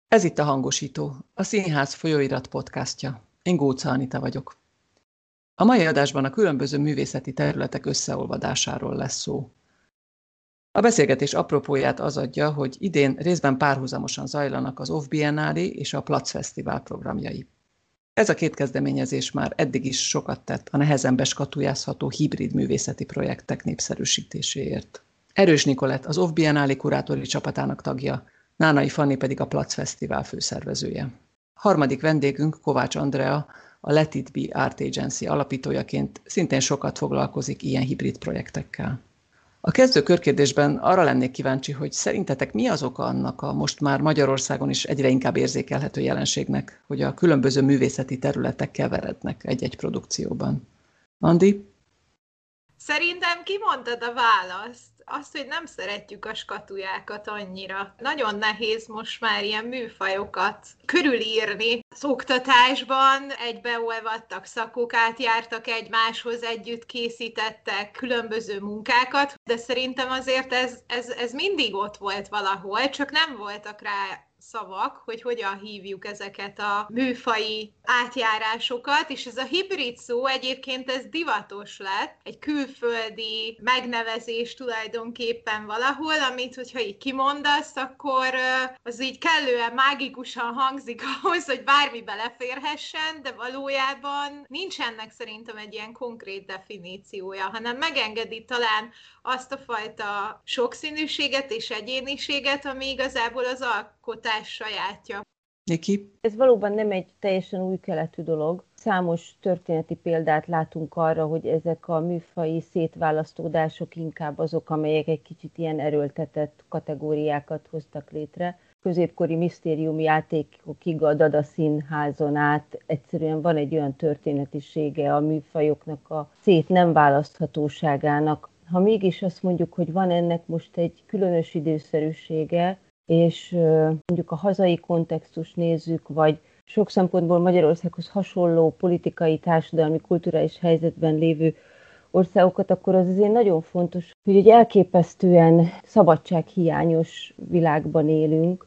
Ez itt a Hangosító, a Színház folyóirat podcastja. Én Gócza Anita vagyok. A mai adásban a különböző művészeti területek összeolvadásáról lesz szó. A beszélgetés apropóját az adja, hogy idén részben párhuzamosan zajlanak az Off Biennale és a Platz Fesztivál programjai. Ez a két kezdeményezés már eddig is sokat tett a nehezen beskatujázható hibrid művészeti projektek népszerűsítéséért. Erős Nikolett az Off Biennale kurátori csapatának tagja, Nánai Fanni pedig a Platz Fesztivál főszervezője. Harmadik vendégünk Kovács Andrea, a Let It Be Art Agency alapítójaként szintén sokat foglalkozik ilyen hibrid projektekkel. A kezdő körkérdésben arra lennék kíváncsi, hogy szerintetek mi az oka annak a most már Magyarországon is egyre inkább érzékelhető jelenségnek, hogy a különböző művészeti területek keverednek egy-egy produkcióban. Andi? Szerintem kimondtad a választ. Azt, hogy nem szeretjük a skatujákat annyira. Nagyon nehéz most már ilyen műfajokat körülírni. Az oktatásban egybeolvadtak szakok, átjártak egymáshoz, együtt készítettek különböző munkákat, de szerintem azért ez mindig ott volt valahol, csak nem voltak rá szavak, hogy hogyan hívjuk ezeket a műfaji átjárásokat, és ez a hibrid szó egyébként ez divatos lett, egy külföldi megnevezés tulajdonképpen valahol, amit hogyha így kimondasz, akkor az így kellően mágikusan hangzik ahhoz, hogy bármi beleférhessen, de valójában nincs ennek szerintem egy ilyen konkrét definíciója, hanem megengedi talán azt a fajta sokszínűséget és egyéniséget, ami igazából az alkotás sajátja. Niki? Ez valóban nem egy teljesen új keletű dolog. Számos történeti példát látunk arra, hogy ezek a műfaji szétválasztódások inkább azok, amelyek egy kicsit ilyen erőltetett kategóriákat hoztak létre. Középkori misztériumi játékokig a Dada Színházon át egyszerűen van egy olyan történetisége a műfajoknak a szét nem választhatóságának. Ha mégis azt mondjuk, hogy van ennek most egy különös időszerűsége, és mondjuk a hazai kontextust nézzük, vagy sok szempontból Magyarországhoz hasonló politikai, társadalmi, kulturális helyzetben lévő országokat, akkor az azért nagyon fontos, hogy egy elképesztően szabadsághiányos világban élünk,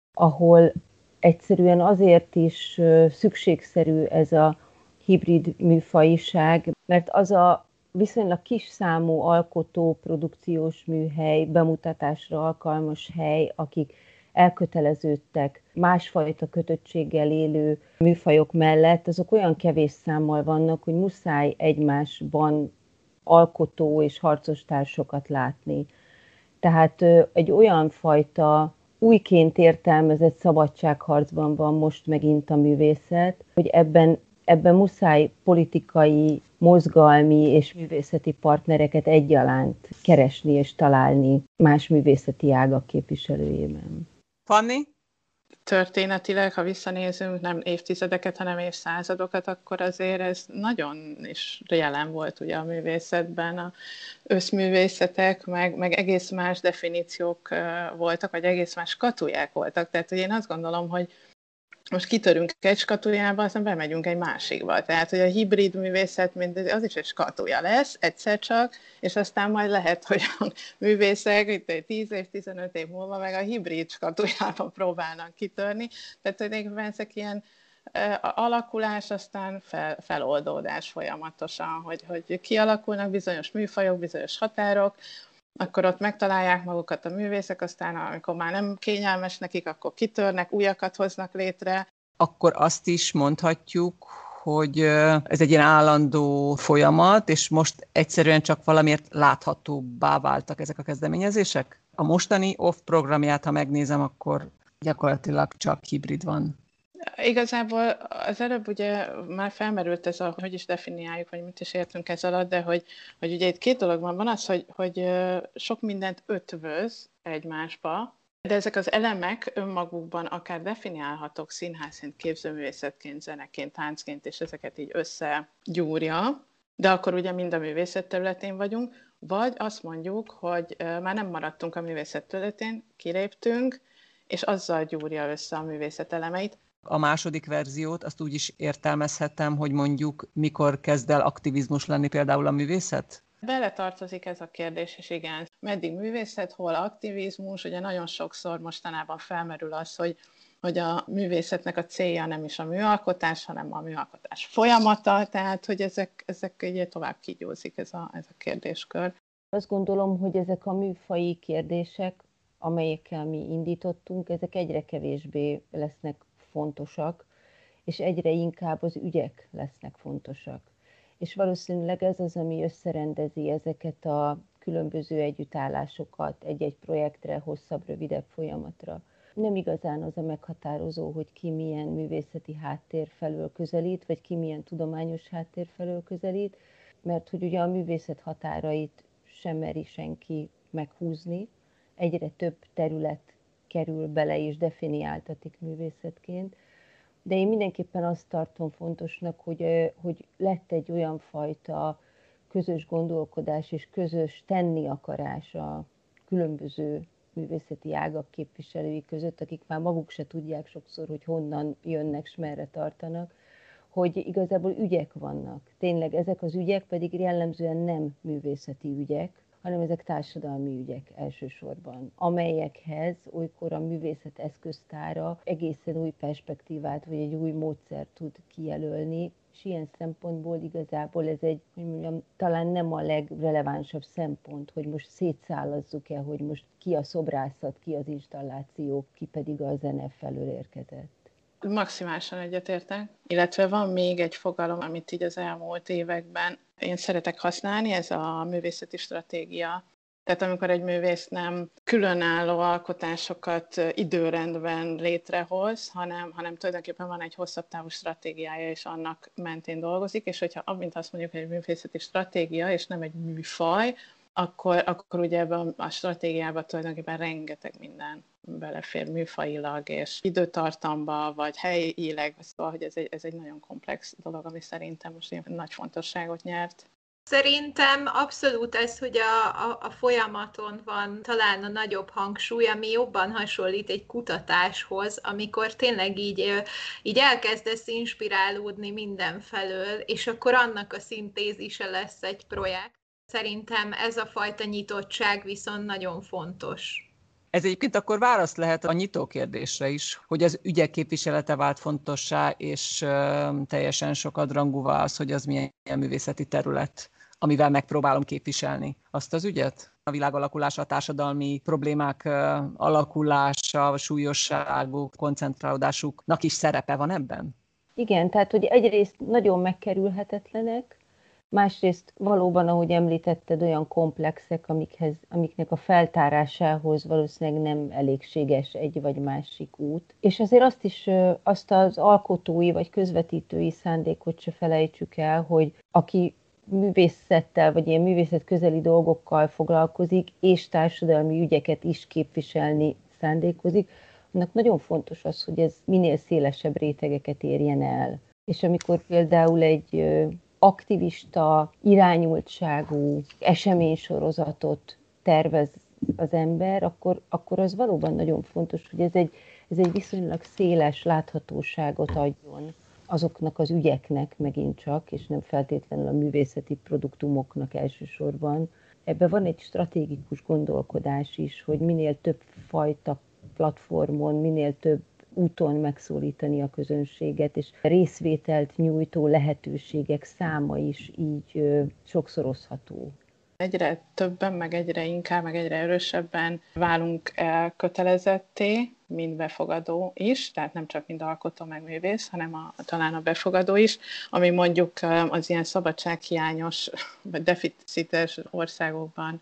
ahol egyszerűen azért is szükségszerű ez a hibrid műfajiság, mert az a viszonylag kis számú alkotó, produkciós műhely, bemutatásra alkalmas hely, akik elköteleződtek másfajta kötöttséggel élő műfajok mellett, azok olyan kevés számmal vannak, hogy muszáj egymásban alkotó és harcos társokat látni. Tehát egy olyan fajta újként értelmezett szabadságharcban van most megint a művészet, hogy ebben muszáj politikai, mozgalmi és művészeti partnereket egyaránt keresni és találni más művészeti ágak képviselőjében. Fanni? Történetileg, ha visszanézünk nem évtizedeket, hanem évszázadokat, akkor azért ez nagyon is jelen volt ugye a művészetben. A összművészetek, meg egész más definíciók voltak, vagy egész más skatuják voltak. Tehát hogy én azt gondolom, hogy most kitörünk egy skatujába, aztán bemegyünk egy másikba. Tehát, hogy a hibrid művészet, az is egy skatuja lesz, egyszer csak, és aztán majd lehet, hogy a művészek itt egy 10 év, 15 év múlva meg a hibrid skatujába próbálnak kitörni. Tehát, hogy ezek ilyen alakulás, aztán feloldódás folyamatosan, hogy kialakulnak bizonyos műfajok, bizonyos határok, akkor ott megtalálják magukat a művészek, aztán amikor már nem kényelmes nekik, akkor kitörnek, újakat hoznak létre. Akkor azt is mondhatjuk, hogy ez egy ilyen állandó folyamat, és most egyszerűen csak valamiért láthatóbbá váltak ezek a kezdeményezések? A mostani OFF programját, ha megnézem, akkor gyakorlatilag csak hibrid van. Igazából az előbb ugye már felmerült ez hogy is definiáljuk, vagy mit is értünk ez alatt, de hogy ugye itt két dolog van az, hogy sok mindent ötvöz egymásba, de ezek az elemek önmagukban akár definiálhatók színházként, képzőművészetként, zeneként, táncként, és ezeket így összegyúrja, de akkor ugye mind a művészet területén vagyunk, vagy azt mondjuk, hogy már nem maradtunk a művészet területén, kiléptünk, és azzal gyúrja össze a művészet elemeit. A második verziót azt úgy is értelmezhetem, hogy mondjuk mikor kezd el aktivizmus lenni például a művészet? Beletartozik ez a kérdés, és igen. Meddig művészet, hol aktivizmus, ugye nagyon sokszor mostanában felmerül az, hogy hogy a művészetnek a célja nem is a műalkotás, hanem a műalkotás folyamata, tehát hogy ezek ugye tovább kígyózik ez a kérdéskör. Azt gondolom, hogy ezek a műfaji kérdések, amelyekkel mi indítottunk, ezek egyre kevésbé lesznek fontosak, és egyre inkább az ügyek lesznek fontosak. És valószínűleg ez az, ami összerendezi ezeket a különböző együttállásokat egy-egy projektre, hosszabb, rövidebb folyamatra. Nem igazán az a meghatározó, hogy ki milyen művészeti háttér felől közelít, vagy ki milyen tudományos háttér felől közelít, mert hogy ugye a művészet határait sem meri senki meghúzni, egyre több terület kerül bele és definiáltatik művészetként, de én mindenképpen azt tartom fontosnak, hogy lett egy olyan fajta közös gondolkodás és közös tenni akarás a különböző művészeti ágak képviselői között, akik már maguk se tudják sokszor, hogy honnan jönnek, s merre tartanak, hogy igazából ügyek vannak. Tényleg ezek az ügyek pedig jellemzően nem művészeti ügyek, hanem ezek társadalmi ügyek elsősorban, amelyekhez olykor a művészet eszköztára egészen új perspektívát vagy egy új módszert tud kijelölni, és ilyen szempontból igazából ez egy, hogy mondjam, talán nem a legrelevánsabb szempont, hogy most szétszállazzuk-e, hogy most ki a szobrászat, ki az installáció, ki pedig a zene felől érkezett. Maximálisan egyetértek, illetve van még egy fogalom, amit így az elmúlt években én szeretek használni, ez a művészeti stratégia. Tehát amikor egy művész nem különálló alkotásokat időrendben létrehoz, hanem tulajdonképpen van egy hosszabb távú stratégiája, és annak mentén dolgozik, és hogyha amint azt mondjuk, hogy egy művészeti stratégia, és nem egy műfaj, akkor ugye ebben a stratégiában tulajdonképpen rengeteg minden belefér műfajilag, és időtartamba, vagy helyileg, szóval, hogy ez egy nagyon komplex dolog, ami szerintem most ilyen nagy fontosságot nyert. Szerintem abszolút ez, hogy a folyamaton van talán a nagyobb hangsúly, ami jobban hasonlít egy kutatáshoz, amikor tényleg így elkezdesz inspirálódni mindenfelől, és akkor annak a szintézise lesz egy projekt. Szerintem ez a fajta nyitottság viszont nagyon fontos. Ez egyébként akkor válasz lehet a nyitó kérdésre is, hogy az ügyek képviselete vált fontossá, és teljesen sokadrangúvá az, hogy az milyen művészeti terület, amivel megpróbálom képviselni azt az ügyet. A világ alakulása, a társadalmi problémák alakulása, a súlyosságuk, koncentrálódásuknak is szerepe van ebben? Igen, tehát hogy egyrészt nagyon megkerülhetetlenek, másrészt valóban, ahogy említetted, olyan komplexek, amiknek a feltárásához valószínűleg nem elégséges egy vagy másik út. És azért azt az alkotói vagy közvetítői szándékot se felejtsük el, hogy aki művészettel vagy ilyen művészet közeli dolgokkal foglalkozik, és társadalmi ügyeket is képviselni szándékozik, annak nagyon fontos az, hogy ez minél szélesebb rétegeket érjen el. És amikor például egy aktivista, irányultságú eseménysorozatot tervez az ember, akkor az valóban nagyon fontos, hogy ez egy viszonylag széles láthatóságot adjon azoknak az ügyeknek megint csak, és nem feltétlenül a művészeti produktumoknak elsősorban. Ebben van egy stratégikus gondolkodás is, hogy minél több fajta platformon, minél több úton megszólítani a közönséget, és részvételt nyújtó lehetőségek száma is így sokszorozható. Egyre többen, meg egyre inkább, meg egyre erősebben válunk elkötelezetté, mint befogadó is, tehát nem csak mind alkotó, meg művész, hanem talán a befogadó is, ami mondjuk az ilyen szabadsághiányos, vagy deficites országokban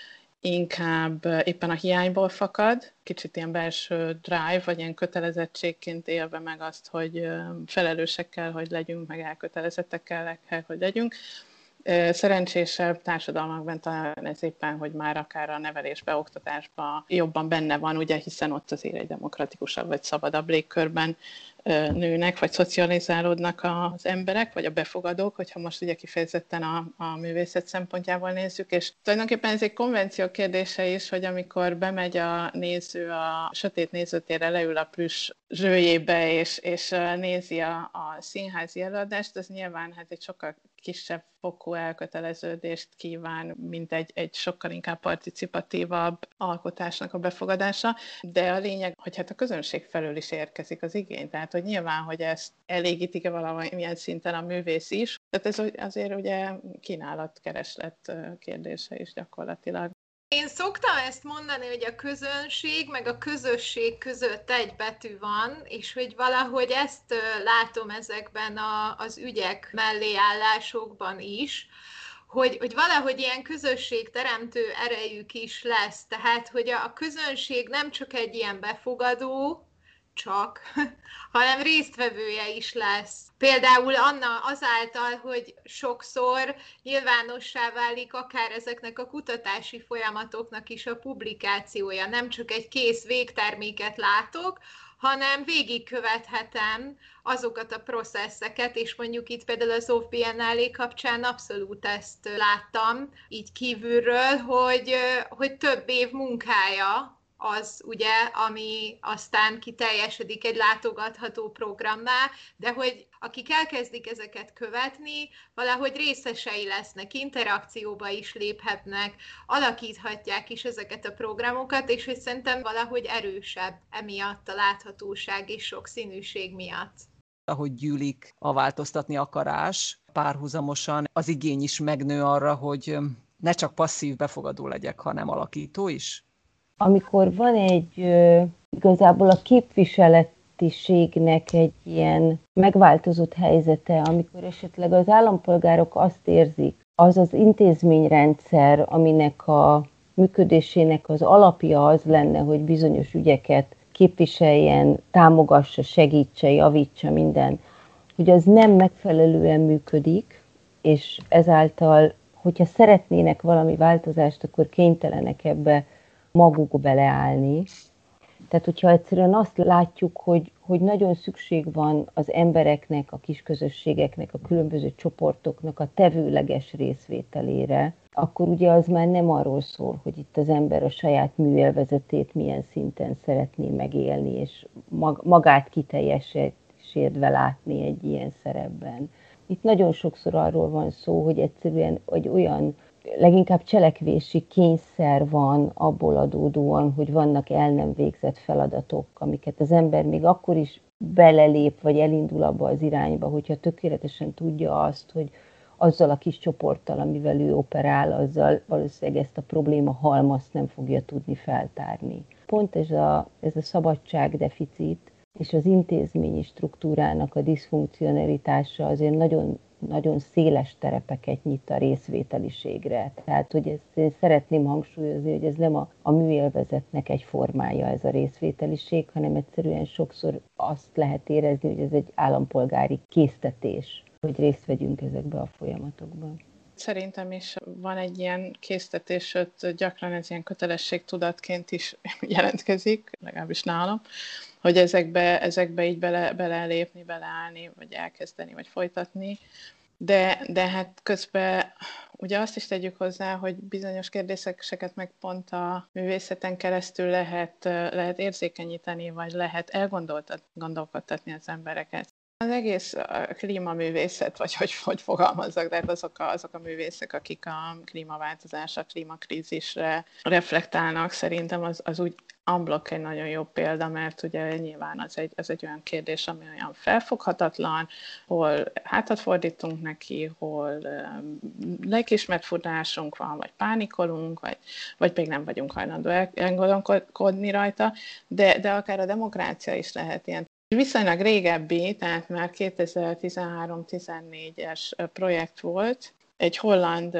inkább éppen a hiányból fakad, kicsit ilyen belső drive, vagy ilyen kötelezettségként élve meg azt, hogy felelősek kell, hogy legyünk, meg elkötelezettek kell, hogy legyünk. Szerencsésebb társadalmakban talán ez éppen, hogy már akár a nevelésbe, oktatásban jobban benne van, ugye, hiszen ott azért egy demokratikusabb vagy szabadabb légkörben nőnek, vagy szocializálódnak az emberek, vagy a befogadók, hogyha most ugye kifejezetten a művészet szempontjából nézzük, és tulajdonképpen ez egy konvenció kérdése is, hogy amikor bemegy a néző a sötét nézőtérre, leül a plüss zsőjébe, és nézi a színházi előadást, az nyilván hát egy sokkal kisebb fokú elköteleződést kíván, mint egy sokkal inkább participatívabb alkotásnak a befogadása, de a lényeg, hogy hát a közönség felől is érkezik az igény, tehát hogy nyilván, hogy ezt elégítik-e valamilyen szinten a művész is, tehát ez azért ugye kínálat-kereslet kérdése is gyakorlatilag. Én szoktam ezt mondani, hogy a közönség meg a közösség között egy betű van, és hogy valahogy ezt látom ezekben az ügyek melléállásokban is, hogy valahogy ilyen közösségteremtő erejük is lesz. Tehát, hogy a közönség nem csak egy ilyen befogadó, hanem résztvevője is lesz. Például azáltal, hogy sokszor nyilvánossá válik akár ezeknek a kutatási folyamatoknak is a publikációja. Nem csak egy kész végterméket látok, hanem végigkövethetem azokat a processzeket, és mondjuk itt például az OFF Biennale kapcsán abszolút ezt láttam, így kívülről, hogy több év munkája az ugye, ami aztán kiteljesedik egy látogatható programmá, de hogy akik elkezdik ezeket követni, valahogy részesei lesznek, interakcióba is léphetnek, alakíthatják is ezeket a programokat, és hogy szerintem valahogy erősebb emiatt a láthatóság és sokszínűség miatt. Ahogy gyűlik a változtatni akarás, párhuzamosan az igény is megnő arra, hogy ne csak passzív befogadó legyek, hanem alakító is. Amikor van igazából a képviseletiségnek egy ilyen megváltozott helyzete, amikor esetleg az állampolgárok azt érzik, az az intézményrendszer, aminek a működésének az alapja az lenne, hogy bizonyos ügyeket képviseljen, támogassa, segítse, javítsa minden, hogy az nem megfelelően működik, és ezáltal, hogyha szeretnének valami változást, akkor kénytelenek ebbe maguk beleállni. Tehát, hogyha egyszerűen azt látjuk, hogy nagyon szükség van az embereknek, a kisközösségeknek, a különböző csoportoknak a tevőleges részvételére, akkor ugye az már nem arról szól, hogy itt az ember a saját műélvezetét milyen szinten szeretné megélni, és magát kiteljesedve látni egy ilyen szerepben. Itt nagyon sokszor arról van szó, hogy egyszerűen egy olyan leginkább cselekvési kényszer van abból adódóan, hogy vannak el nem végzett feladatok, amiket az ember még akkor is belelép, vagy elindul abba az irányba, hogyha tökéletesen tudja azt, hogy azzal a kis csoporttal, amivel ő operál, azzal valószínűleg ezt a probléma halmazt nem fogja tudni feltárni. Pont ez a szabadságdeficit és az intézményi struktúrának a diszfunkcionalitása azért nagyon, nagyon széles terepeket nyit a részvételiségre. Tehát, hogy ezt én szeretném hangsúlyozni, hogy ez nem a műélvezetnek egy formája ez a részvételiség, hanem egyszerűen sokszor azt lehet érezni, hogy ez egy állampolgári késztetés, hogy részt vegyünk ezekbe a folyamatokban. Szerintem is van egy ilyen késztetés, sőt gyakran ez ilyen kötelességtudatként is jelentkezik, legalábbis nálam, hogy ezekbe így belelépni, beleállni, vagy elkezdeni, vagy folytatni. De hát közben ugye azt is tegyük hozzá, hogy bizonyos kérdéseket meg pont a művészeten keresztül lehet érzékenyíteni, vagy lehet elgondolkodtatni az embereket. Az egész klímaművészet, vagy hogy fogalmazzak, de azok a művészek, akik a klímaváltozásra, a klímakrízisre reflektálnak, szerintem az úgy unblock egy nagyon jó példa, mert ugye nyilván az egy olyan kérdés, ami olyan felfoghatatlan, hol hátat fordítunk neki, hol lelkiismert furdalásunk van, vagy pánikolunk, vagy még nem vagyunk hajlandó elgondolkodni rajta, de akár a demokrácia is lehet ilyen. Viszonylag régebbi, tehát már 2013-14-es projekt volt, egy holland,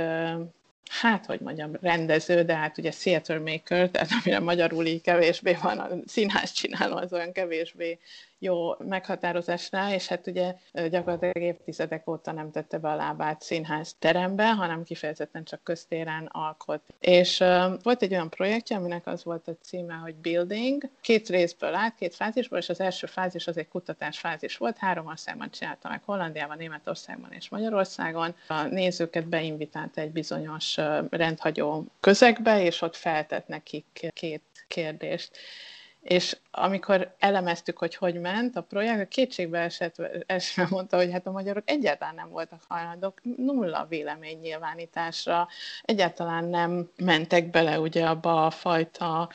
rendező, de hát ugye theater maker, tehát amire magyarul így kevésbé van, a színház csináló az olyan kevésbé jó meghatározás rá, és hát ugye gyakorlatilag évtizedek óta nem tette be a lábát színház terembe, hanem kifejezetten csak köztéren alkot. És volt egy olyan projektje, aminek az volt a címe, hogy Building. 2 részből állt, 2 fázisból, és az első fázis az egy kutatásfázis volt. 3 országban csinálta meg, Hollandiában, Németországban és Magyarországon. A nézőket beinvitálta egy bizonyos rendhagyó közegbe, és ott feltett nekik 2 kérdést. És amikor elemeztük, hogy ment a projekt, kétségbe esve mondta, hogy hát a magyarok egyáltalán nem voltak hajlandók, nulla véleménynyilvánításra, egyáltalán nem mentek bele ugye abba a fajta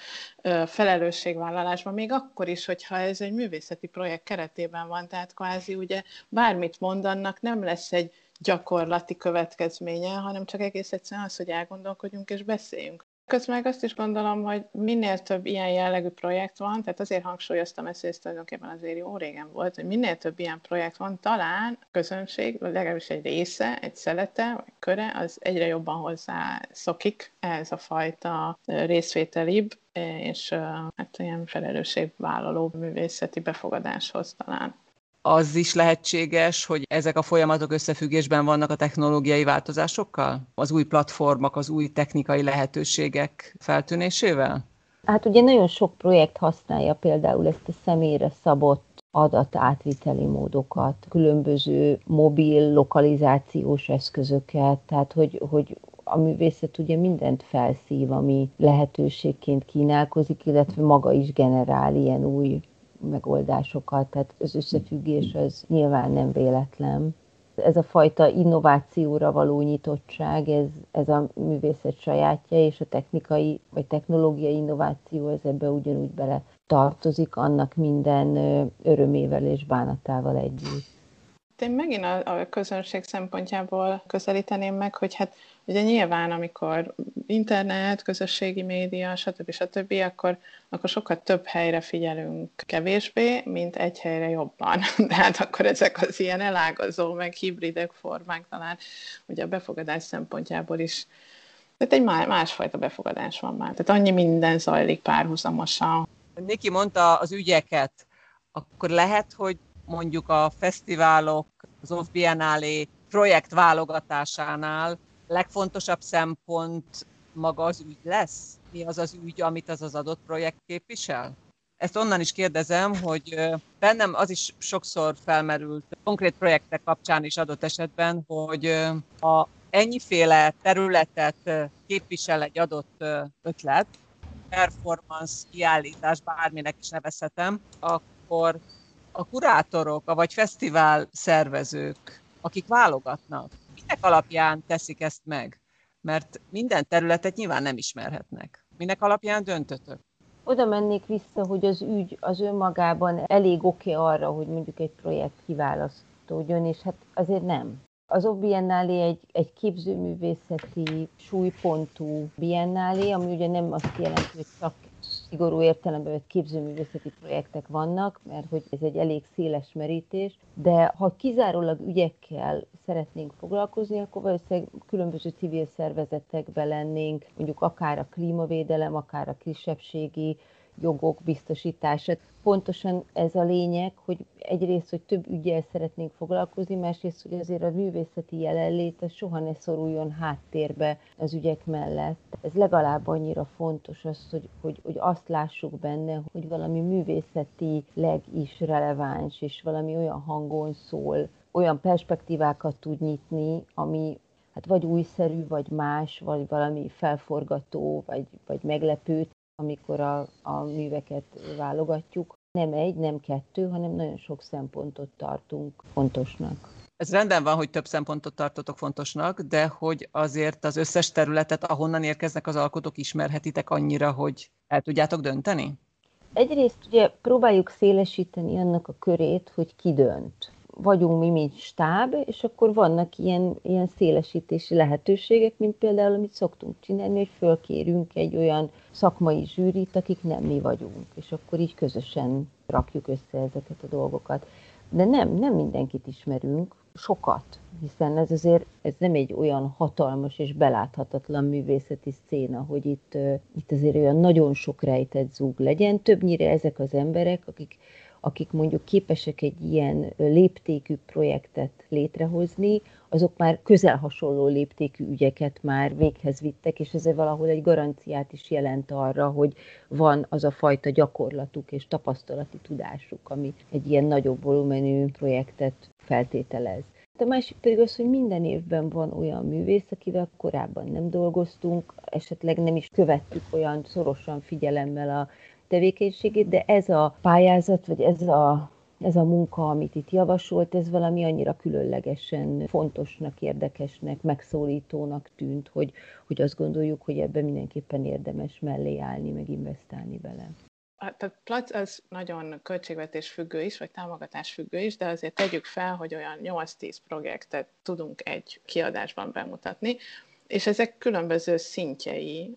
felelősségvállalásba, még akkor is, hogyha ez egy művészeti projekt keretében van, tehát kvázi ugye bármit mondanak, nem lesz egy gyakorlati következménye, hanem csak egész egyszerűen az, hogy elgondolkodjunk és beszéljünk. Közben meg azt is gondolom, hogy minél több ilyen jellegű projekt van, tehát azért hangsúlyoztam ezt, hogy ez tulajdonképpen azért jó régen volt, hogy minél több ilyen projekt van, talán a közönség, vagy legalábbis egy része, egy szelete, vagy köre, az egyre jobban hozzá szokik ehhez a fajta részvételibb, és hát ilyen felelősségvállaló művészeti befogadáshoz talán. Az is lehetséges, hogy ezek a folyamatok összefüggésben vannak a technológiai változásokkal? Az új platformok, az új technikai lehetőségek feltűnésével? Hát ugye nagyon sok projekt használja például ezt a személyre szabott adatátviteli módokat, különböző mobil lokalizációs eszközöket, tehát hogy a művészet ugye mindent felszív, ami lehetőségként kínálkozik, illetve maga is generál ilyen új megoldásokat, tehát az összefüggés az nyilván nem véletlen. Ez a fajta innovációra való nyitottság, ez a művészet sajátja, és a technikai vagy technológiai innováció ez ebbe ugyanúgy bele tartozik, annak minden örömével és bánatával együtt. Én megint a közönség szempontjából közelíteném meg, hogy hát ugye nyilván, amikor internet, közösségi média, stb., akkor sokkal több helyre figyelünk kevésbé, mint egy helyre jobban. Tehát akkor ezek az ilyen elágazó, meg hibridek formák talán ugye a befogadás szempontjából is. Tehát egy másfajta befogadás van már. Tehát annyi minden zajlik párhuzamosan. Niki mondta az ügyeket, akkor lehet, hogy mondjuk a fesztiválok, az Off Biennale projekt válogatásánál legfontosabb szempont maga az ügy lesz? Mi az az ügy, amit az adott projekt képvisel? Ezt onnan is kérdezem, hogy bennem az is sokszor felmerült konkrét projektek kapcsán is adott esetben, hogy ha ennyiféle területet képvisel egy adott ötlet, performance, kiállítás, bárminek is nevezhetem, akkor a kurátorok, vagy fesztivál szervezők, akik válogatnak, minek alapján teszik ezt meg? Mert minden területet nyilván nem ismerhetnek. Minek alapján döntötök? Oda mennék vissza, hogy az ügy az önmagában elég oké arra, hogy mondjuk egy projekt kiválasztódjon, és hát azért nem. Az Off Biennale egy képzőművészeti súlypontú biennálé, ami ugye nem azt jelenti, hogy csak szigorú értelemben vett képzőművészeti projektek vannak, mert hogy ez egy elég széles merítés, de ha kizárólag ügyekkel szeretnénk foglalkozni, akkor valószínűleg különböző civil szervezetekben lennénk, mondjuk akár a klímavédelem, akár a kisebbségi jogok biztosítása. Pontosan ez a lényeg, hogy egyrészt, hogy több ügyel szeretnénk foglalkozni, másrészt, hogy azért a művészeti jelenlét az soha ne szoruljon háttérbe az ügyek mellett. Ez legalább annyira fontos az, hogy azt lássuk benne, hogy valami művészetileg is releváns, és valami olyan hangon szól, olyan perspektívákat tud nyitni, ami hát vagy újszerű, vagy más, vagy valami felforgató, vagy meglepő, amikor a műveket válogatjuk. Nem egy, nem kettő, hanem nagyon sok szempontot tartunk fontosnak. Ez rendben van, hogy több szempontot tartotok fontosnak, de hogy azért az összes területet, ahonnan érkeznek az alkotók, ismerhetitek annyira, hogy el tudjátok dönteni? Egyrészt ugye próbáljuk szélesíteni annak a körét, hogy ki dönt. Vagyunk mi, mint stáb, és akkor vannak ilyen szélesítési lehetőségek, mint például, amit szoktunk csinálni, hogy fölkérünk egy olyan szakmai zsűrit, akik nem mi vagyunk, és akkor így közösen rakjuk össze ezeket a dolgokat. De nem mindenkit ismerünk, sokat, hiszen ez nem egy olyan hatalmas és beláthatatlan művészeti szcéna, hogy itt azért olyan nagyon sok rejtett zúg legyen. Többnyire ezek az emberek, akik mondjuk képesek egy ilyen léptékű projektet létrehozni, azok már közel hasonló léptékű ügyeket már véghez vittek, és ez valahol egy garanciát is jelent arra, hogy van az a fajta gyakorlatuk és tapasztalati tudásuk, ami egy ilyen nagyobb volumenű projektet feltételez. A másik pedig az, hogy minden évben van olyan művész, akivel korábban nem dolgoztunk, esetleg nem is követtük olyan szorosan figyelemmel a tevékenységét, de ez a pályázat, vagy ez a munka, amit itt javasolt, ez valami annyira különlegesen fontosnak, érdekesnek, megszólítónak tűnt, hogy azt gondoljuk, hogy ebben mindenképpen érdemes mellé állni, meg investálni bele. Tehát Plac az nagyon költségvetés függő is, vagy támogatás függő is, de azért tegyük fel, hogy olyan 8-10 projektet tudunk egy kiadásban bemutatni, és ezek különböző szintjei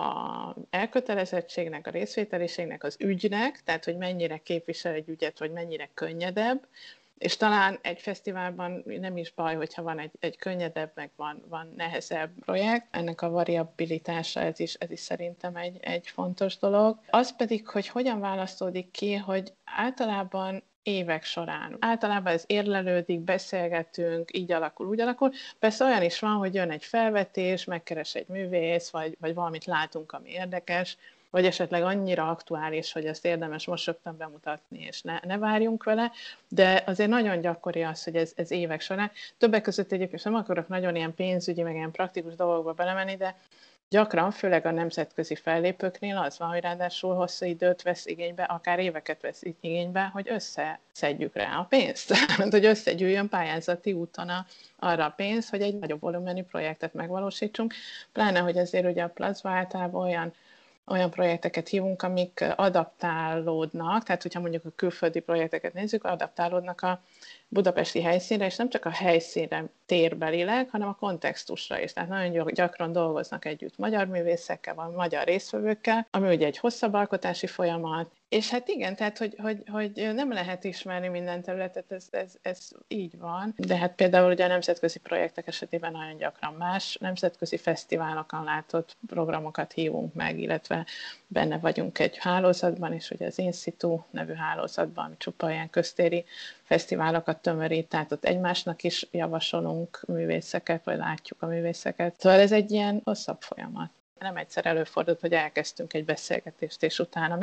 a elkötelezettségnek, a részvételiségnek, az ügynek, tehát hogy mennyire képvisel egy ügyet, vagy mennyire könnyedebb, és talán egy fesztiválban nem is baj, hogyha van egy könnyedebb, meg van nehezebb projekt. Ennek a variabilitása, ez is szerintem egy fontos dolog. Az pedig, hogy hogyan választódik ki, hogy általában évek során. Általában ez érlelődik, beszélgetünk, így alakul, úgy alakul. Persze olyan is van, hogy jön egy felvetés, megkeres egy művész, vagy valamit látunk, ami érdekes, vagy esetleg annyira aktuális, hogy ezt érdemes most rögtön bemutatni, és ne várjunk vele, de azért nagyon gyakori az, hogy ez évek során. Többek között egyébként nem akarok nagyon ilyen pénzügyi, meg ilyen praktikus dolgokba belemenni, de gyakran, főleg a nemzetközi fellépőknél az van, hogy ráadásul hosszú időt vesz igénybe, akár éveket vesz igénybe, hogy összeszedjük rá a pénzt. Hogy összegyűjjön pályázati úton arra a pénz, hogy egy nagyobb volumenű projektet megvalósítsunk. Pláne, hogy azért ugye a Placba általában olyan projekteket hívunk, amik adaptálódnak, tehát hogyha mondjuk a külföldi projekteket nézzük, adaptálódnak a budapesti helyszínre, és nem csak a helyszínre térbelileg, hanem a kontextusra is. Tehát nagyon gyakran dolgoznak együtt magyar művészekkel, vagy magyar résztvevőkkel, ami ugye egy hosszabb alkotási folyamat, és hát igen, tehát hogy nem lehet ismerni minden területet, ez így van, de hát például ugye a nemzetközi projektek esetében nagyon gyakran más nemzetközi fesztiválokon látott programokat hívunk meg, illetve benne vagyunk egy hálózatban, és ugye az In Situ nevű hálózatban, ami csupa ilyen köztéri fesztiválokat tömörít, tehát ott egymásnak is javasolunk művészeket, vagy látjuk a művészeket. Szóval ez egy ilyen hosszabb folyamat. Nem egyszer előfordult, hogy elkezdtünk egy beszélgetést, és utána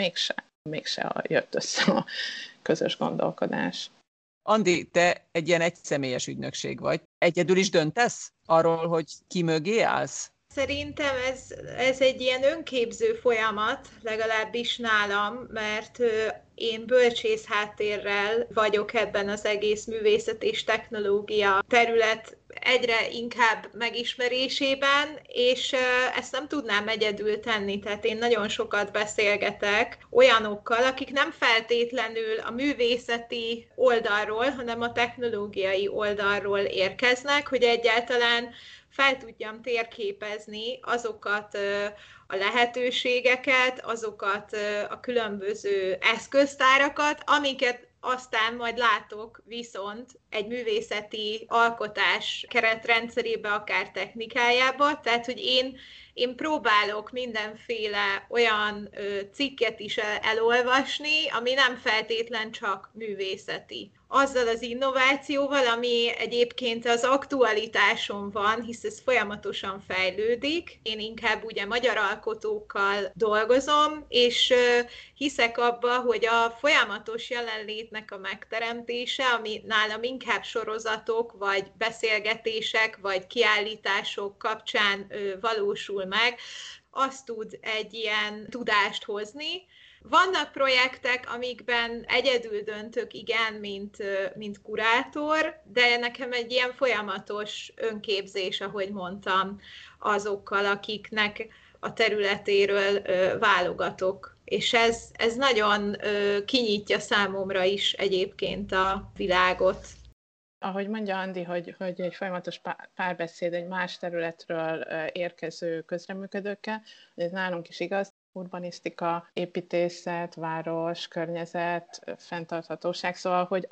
mégse jött össze a közös gondolkodás. Andi, te egy ilyen egyszemélyes ügynökség vagy. Egyedül is döntesz arról, hogy ki mögé állsz? Szerintem ez egy ilyen önképző folyamat, legalábbis nálam, mert én bölcsész háttérrel vagyok ebben az egész művészet és technológia terület egyre inkább megismerésében, és ezt nem tudnám egyedül tenni, tehát én nagyon sokat beszélgetek olyanokkal, akik nem feltétlenül a művészeti oldalról, hanem a technológiai oldalról érkeznek, hogy egyáltalán fel tudjam térképezni azokat a lehetőségeket, azokat a különböző eszköztárakat, amiket aztán majd látok viszont egy művészeti alkotás keretrendszerébe, akár technikájába, tehát hogy én próbálok mindenféle olyan cikket is elolvasni, ami nem feltétlen csak művészeti. Azzal az innovációval, ami egyébként az aktualitáson van, hisz ez folyamatosan fejlődik. Én inkább ugye magyar alkotókkal dolgozom, és hiszek abba, hogy a folyamatos jelenlétnek a megteremtése, ami nálam inkább sorozatok, vagy beszélgetések, vagy kiállítások kapcsán valósul meg, az tud egy ilyen tudást hozni. Vannak projektek, amikben egyedül döntök, igen, mint kurátor, de nekem egy ilyen folyamatos önképzés, ahogy mondtam, azokkal, akiknek a területéről válogatok. És ez nagyon kinyitja számomra is egyébként a világot. Ahogy mondja Andi, hogy egy folyamatos párbeszéd egy más területről érkező közreműködőkkel, ez nálunk is igaz. Urbanisztika, építészet, város, környezet, fenntarthatóság, szóval, hogy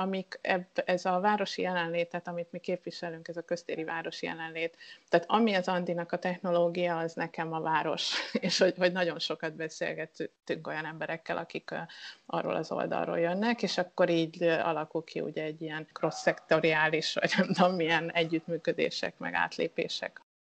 ez a városi jelenlétet, amit mi képviselünk, ez a köztéri városi jelenlét, tehát ami az Andinak a technológia, az nekem a város, és hogy nagyon sokat beszélgettünk olyan emberekkel, akik arról az oldalról jönnek, és akkor így alakul ki ugye egy ilyen cross-szektoriális, vagy nem tudom, milyen együttműködések, meg átlépések.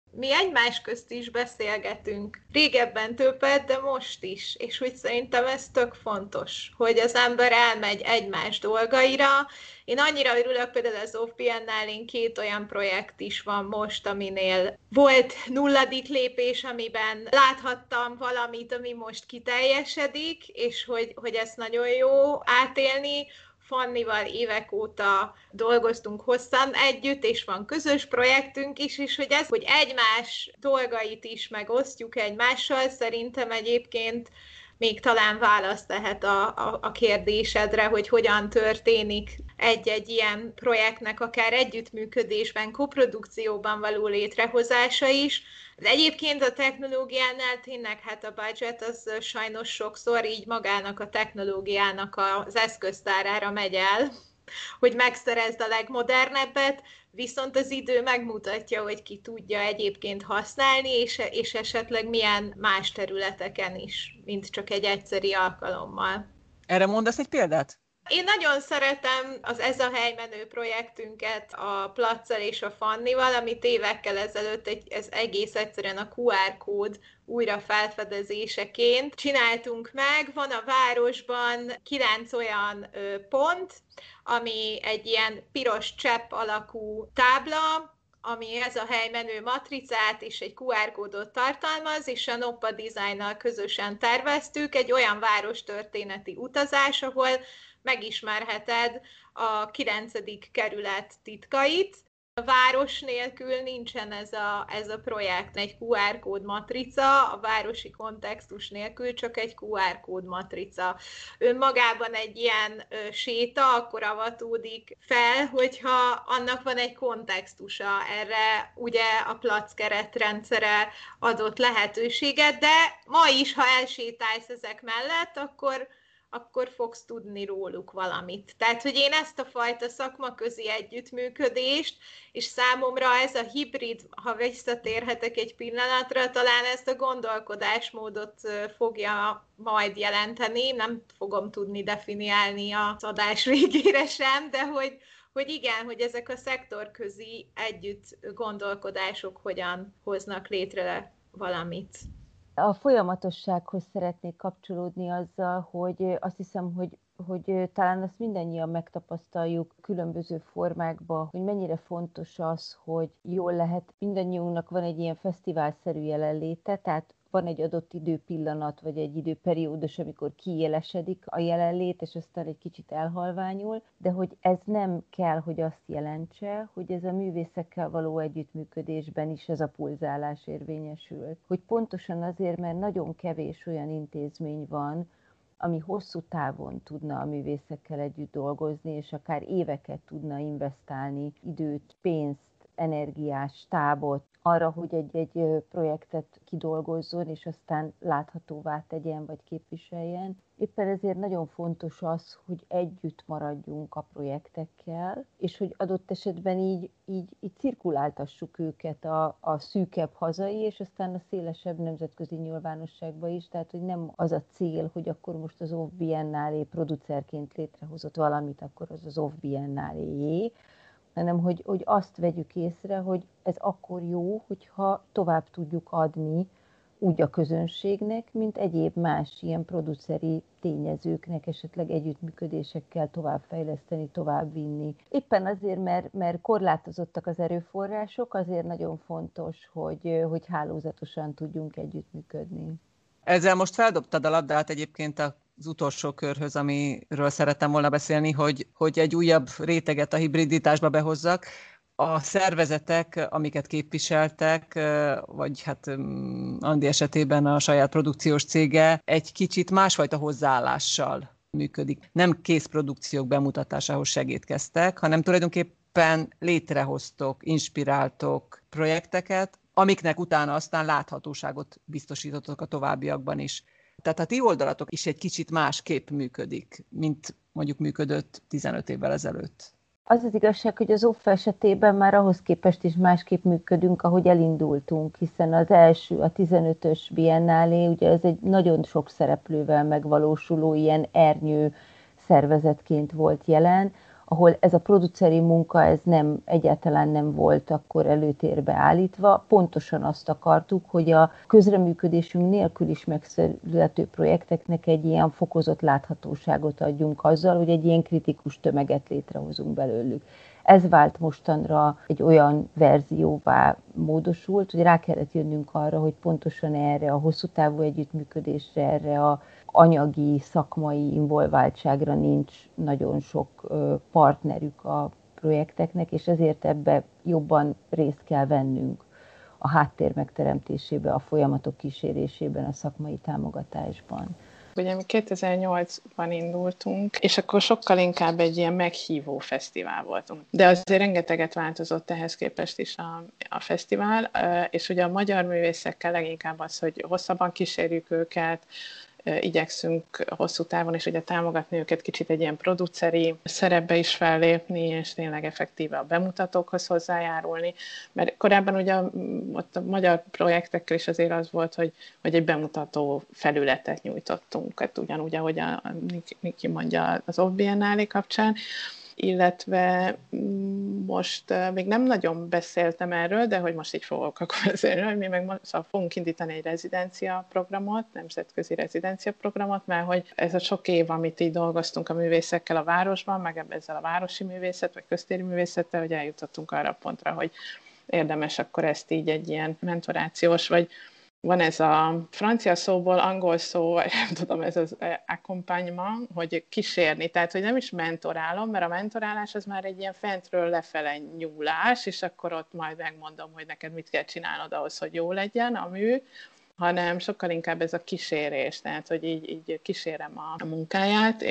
mi egymás közt is beszélgetünk. Régebben többet, de most is. És hogy szerintem ez tök fontos, hogy az ember elmegy egymás dolgaira. Én annyira örülök, például az Off Biennálén 2 olyan projekt is van most, aminél volt 0. lépés, amiben láthattam valamit, ami most kiteljesedik, és hogy ezt nagyon jó átélni. Fannival évek óta dolgoztunk hosszan együtt, és van közös projektünk is, és hogy egymás dolgait is megosztjuk egymással, szerintem egyébként még talán választ lehet a kérdésedre, hogy hogyan történik egy-egy ilyen projektnek akár együttműködésben, koprodukcióban való létrehozása is. De egyébként a technológiánál tényleg hát a budget az sajnos sokszor így magának a technológiának az eszköztárára megy el, hogy megszerezd a legmodernebbet, viszont az idő megmutatja, hogy ki tudja egyébként használni, és esetleg milyen más területeken is, mint csak egy egyszeri alkalommal. Erre mondasz egy példát? Én nagyon szeretem Ez a helymenő projektünket a Placcal és a Fannival, amit évekkel ezelőtt ez egész egyszerűen a QR kód újra felfedezéseként csináltunk meg. Van a városban 9 olyan pont, ami egy ilyen piros csepp alakú tábla, ami ez a helymenő matricát és egy QR kódot tartalmaz, és a Noppa Designnal közösen terveztük egy olyan várostörténeti utazás, ahol megismerheted a 9. kerület titkait. A város nélkül nincsen ez a projekt, egy QR kód matrica, a városi kontextus nélkül csak egy QR kód matrica. Önmagában egy ilyen séta akkor avatódik fel, hogyha annak van egy kontextusa, erre ugye a Plac keretrendszere adott lehetőséget, de ma is, ha elsétálsz ezek mellett, akkor fogsz tudni róluk valamit. Tehát, hogy én ezt a fajta szakmaközi együttműködést, és számomra ez a hibrid, ha visszatérhetek egy pillanatra, talán ezt a gondolkodásmódot fogja majd jelenteni, nem fogom tudni definiálni az adás végére sem, de hogy igen, hogy ezek a szektorközi együtt gondolkodások hogyan hoznak létre valamit. A folyamatossághoz szeretnék kapcsolódni azzal, hogy azt hiszem, hogy talán azt mindannyian megtapasztaljuk különböző formákban, hogy mennyire fontos az, hogy jól lehet, mindannyiunknak van egy ilyen fesztiválszerű jelenléte, tehát van egy adott időpillanat, vagy egy időperiódus, amikor kiélesedik a jelenlét, és aztán egy kicsit elhalványul, de hogy ez nem kell, hogy azt jelentse, hogy ez a művészekkel való együttműködésben is ez a pulzálás érvényesül. Hogy pontosan azért, mert nagyon kevés olyan intézmény van, ami hosszú távon tudna a művészekkel együtt dolgozni, és akár éveket tudna investálni, időt, pénzt, energiás stábot arra, hogy egy projektet kidolgozzon, és aztán láthatóvá tegyen, vagy képviseljen. Éppen ezért nagyon fontos az, hogy együtt maradjunk a projektekkel, és hogy adott esetben így cirkuláltassuk őket a szűkebb hazai, és aztán a szélesebb nemzetközi nyilvánosságba is. Tehát, hogy nem az a cél, hogy akkor most az Off Biennálé producerként létrehozott valamit, akkor az Off Biennáléjé, hanem hogy azt vegyük észre, hogy ez akkor jó, hogyha tovább tudjuk adni úgy a közönségnek, mint egyéb más ilyen produceri tényezőknek, esetleg együttműködésekkel továbbfejleszteni, továbbvinni. Éppen azért, mert korlátozottak az erőforrások, azért nagyon fontos, hogy hálózatosan tudjunk együttműködni. Ezzel most feldobtad a labdát egyébként az utolsó körhöz, amiről szerettem volna beszélni, hogy egy újabb réteget a hibriditásba behozzak. A szervezetek, amiket képviseltek, vagy hát Andi esetében a saját produkciós cége egy kicsit másfajta hozzáállással működik. Nem készprodukciók bemutatásához segítkeztek, hanem tulajdonképpen létrehoztok, inspiráltok projekteket, amiknek utána aztán láthatóságot biztosítottok a továbbiakban is. Tehát a ti oldalatok is egy kicsit másképp működik, mint mondjuk működött 15 évvel ezelőtt. Az az igazság, hogy az Off esetében már ahhoz képest is másképp működünk, ahogy elindultunk, hiszen az első, a 15-ös Biennálé, ugye ez egy nagyon sok szereplővel megvalósuló ilyen ernyő szervezetként volt jelen. ahol ez a produceri munka ez egyáltalán nem volt akkor előtérbe állítva. Pontosan azt akartuk, hogy a közreműködésünk nélkül is megszülető projekteknek egy ilyen fokozott láthatóságot adjunk azzal, hogy egy ilyen kritikus tömeget létrehozunk belőlük. Ez vált mostanra egy olyan verzióvá módosult, hogy rá kellett jönnünk arra, hogy pontosan erre a hosszú távú együttműködésre, erre a anyagi, szakmai involváltságra nincs nagyon sok partnerük a projekteknek, és ezért ebbe jobban részt kell vennünk a háttér megteremtésében, a folyamatok kísérésében, a szakmai támogatásban. Ugye mi 2008-ban indultunk, és akkor sokkal inkább egy ilyen meghívó fesztivál voltunk. De azért rengeteget változott ehhez képest is a fesztivál, és ugye a magyar művészekkel leginkább az, hogy hosszabban kísérjük őket, igyekszünk hosszú távon is ugye támogatni őket, kicsit egy ilyen produceri szerepbe is fellépni, és tényleg effektíve a bemutatókhoz hozzájárulni. Mert korábban ugye ott a magyar projektekkel is azért az volt, hogy egy bemutató felületet nyújtottunk, hát ugyanúgy, ahogy a Niki mondja az Off Biennale kapcsán, illetve most még nem nagyon beszéltem erről, de hogy most így fogok akkor beszélni, hogy mi meg szóval fogunk indítani egy rezidenciaprogramot, nemzetközi rezidenciaprogramot, mert hogy ez a sok év, amit így dolgoztunk a művészekkel a városban, meg ezzel a városi művészet, vagy köztéri művészettel, hogy eljutottunk arra a pontra, hogy érdemes akkor ezt így egy ilyen mentorációs, vagy van ez a francia szóból angol szó, vagy nem tudom, ez az accompagnement, hogy kísérni, tehát hogy nem is mentorálom, mert a mentorálás az már egy ilyen fentről lefele nyúlás, és akkor ott majd megmondom, hogy neked mit kell csinálnod ahhoz, hogy jó legyen a mű, hanem sokkal inkább ez a kísérés, tehát hogy így kísérem a munkáját,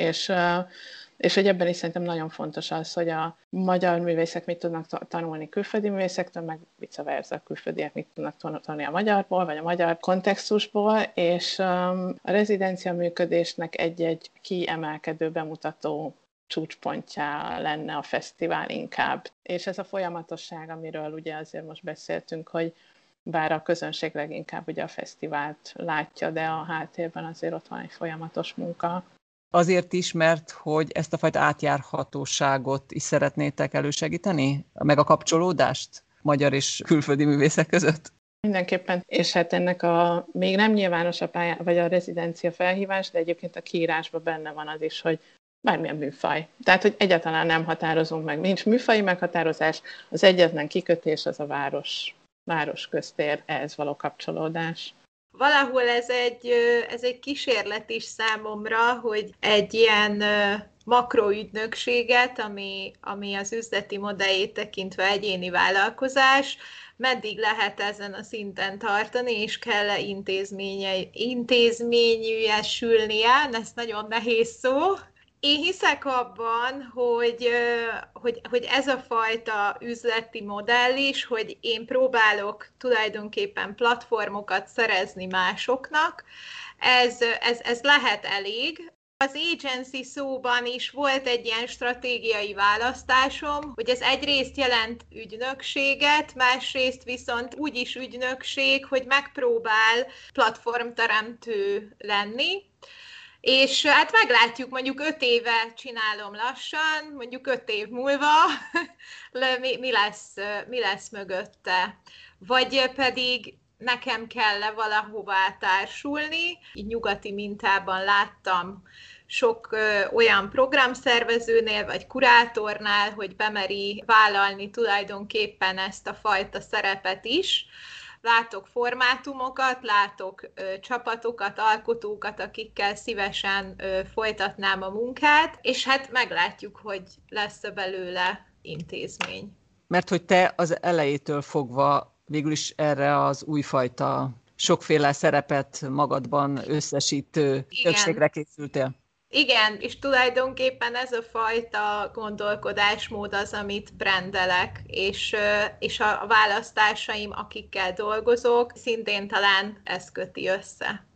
és hogy ebben is szerintem nagyon fontos az, hogy a magyar művészek mit tudnak tanulni külföldi művészektől, meg vice versa, a külföldiek mit tudnak tanulni a magyarból, vagy a magyar kontextusból, és a rezidencia működésnek egy kiemelkedő bemutató csúcspontja lenne a fesztivál inkább. És ez a folyamatosság, amiről ugye azért most beszéltünk, hogy bár a közönség leginkább ugye a fesztivált látja, de a háttérben azért ott van egy folyamatos munka. Azért is, mert hogy ezt a fajta átjárhatóságot is szeretnétek elősegíteni? Meg a kapcsolódást magyar és külföldi művészek között? Mindenképpen, és hát ennek a még nem nyilvános a pályá, vagy a rezidencia felhívás, de egyébként a kiírásban benne van az is, hogy bármilyen műfaj. Tehát, hogy egyáltalán nem határozunk meg. Nincs műfaji meghatározás, az egyetlen kikötés az a város köztér, ehhez való kapcsolódás. Valahol ez egy kísérlet is számomra, hogy egy ilyen makroügynökséget, ami az üzleti modelljét tekintve egyéni vállalkozás, meddig lehet ezen a szinten tartani, és kell-e intézményűesülnie, ez nagyon nehéz szó. Én hiszek abban, hogy ez a fajta üzleti modell is, hogy én próbálok tulajdonképpen platformokat szerezni másoknak, ez lehet elég. Az agency szóban is volt egy ilyen stratégiai választásom, hogy ez egyrészt jelent ügynökséget, másrészt viszont úgy is ügynökség, hogy megpróbál platformteremtő lenni. És hát meglátjuk, mondjuk 5 éve csinálom lassan, mondjuk 5 év múlva mi lesz mögötte. Vagy pedig nekem kell valahová társulni. Így nyugati mintában láttam sok olyan programszervezőnél, vagy kurátornál, hogy bemeri vállalni tulajdonképpen ezt a fajta szerepet is. Látok formátumokat, látok csapatokat, alkotókat, akikkel szívesen folytatnám a munkát, és hát meglátjuk, hogy lesz-e belőle intézmény. Mert hogy te az elejétől fogva végül is erre az újfajta sokféle szerepet magadban összesítő többségre készültél. Igen, és tulajdonképpen ez a fajta gondolkodásmód az, amit brandelek, és a választásaim, akikkel dolgozok, szintén talán ez köti össze.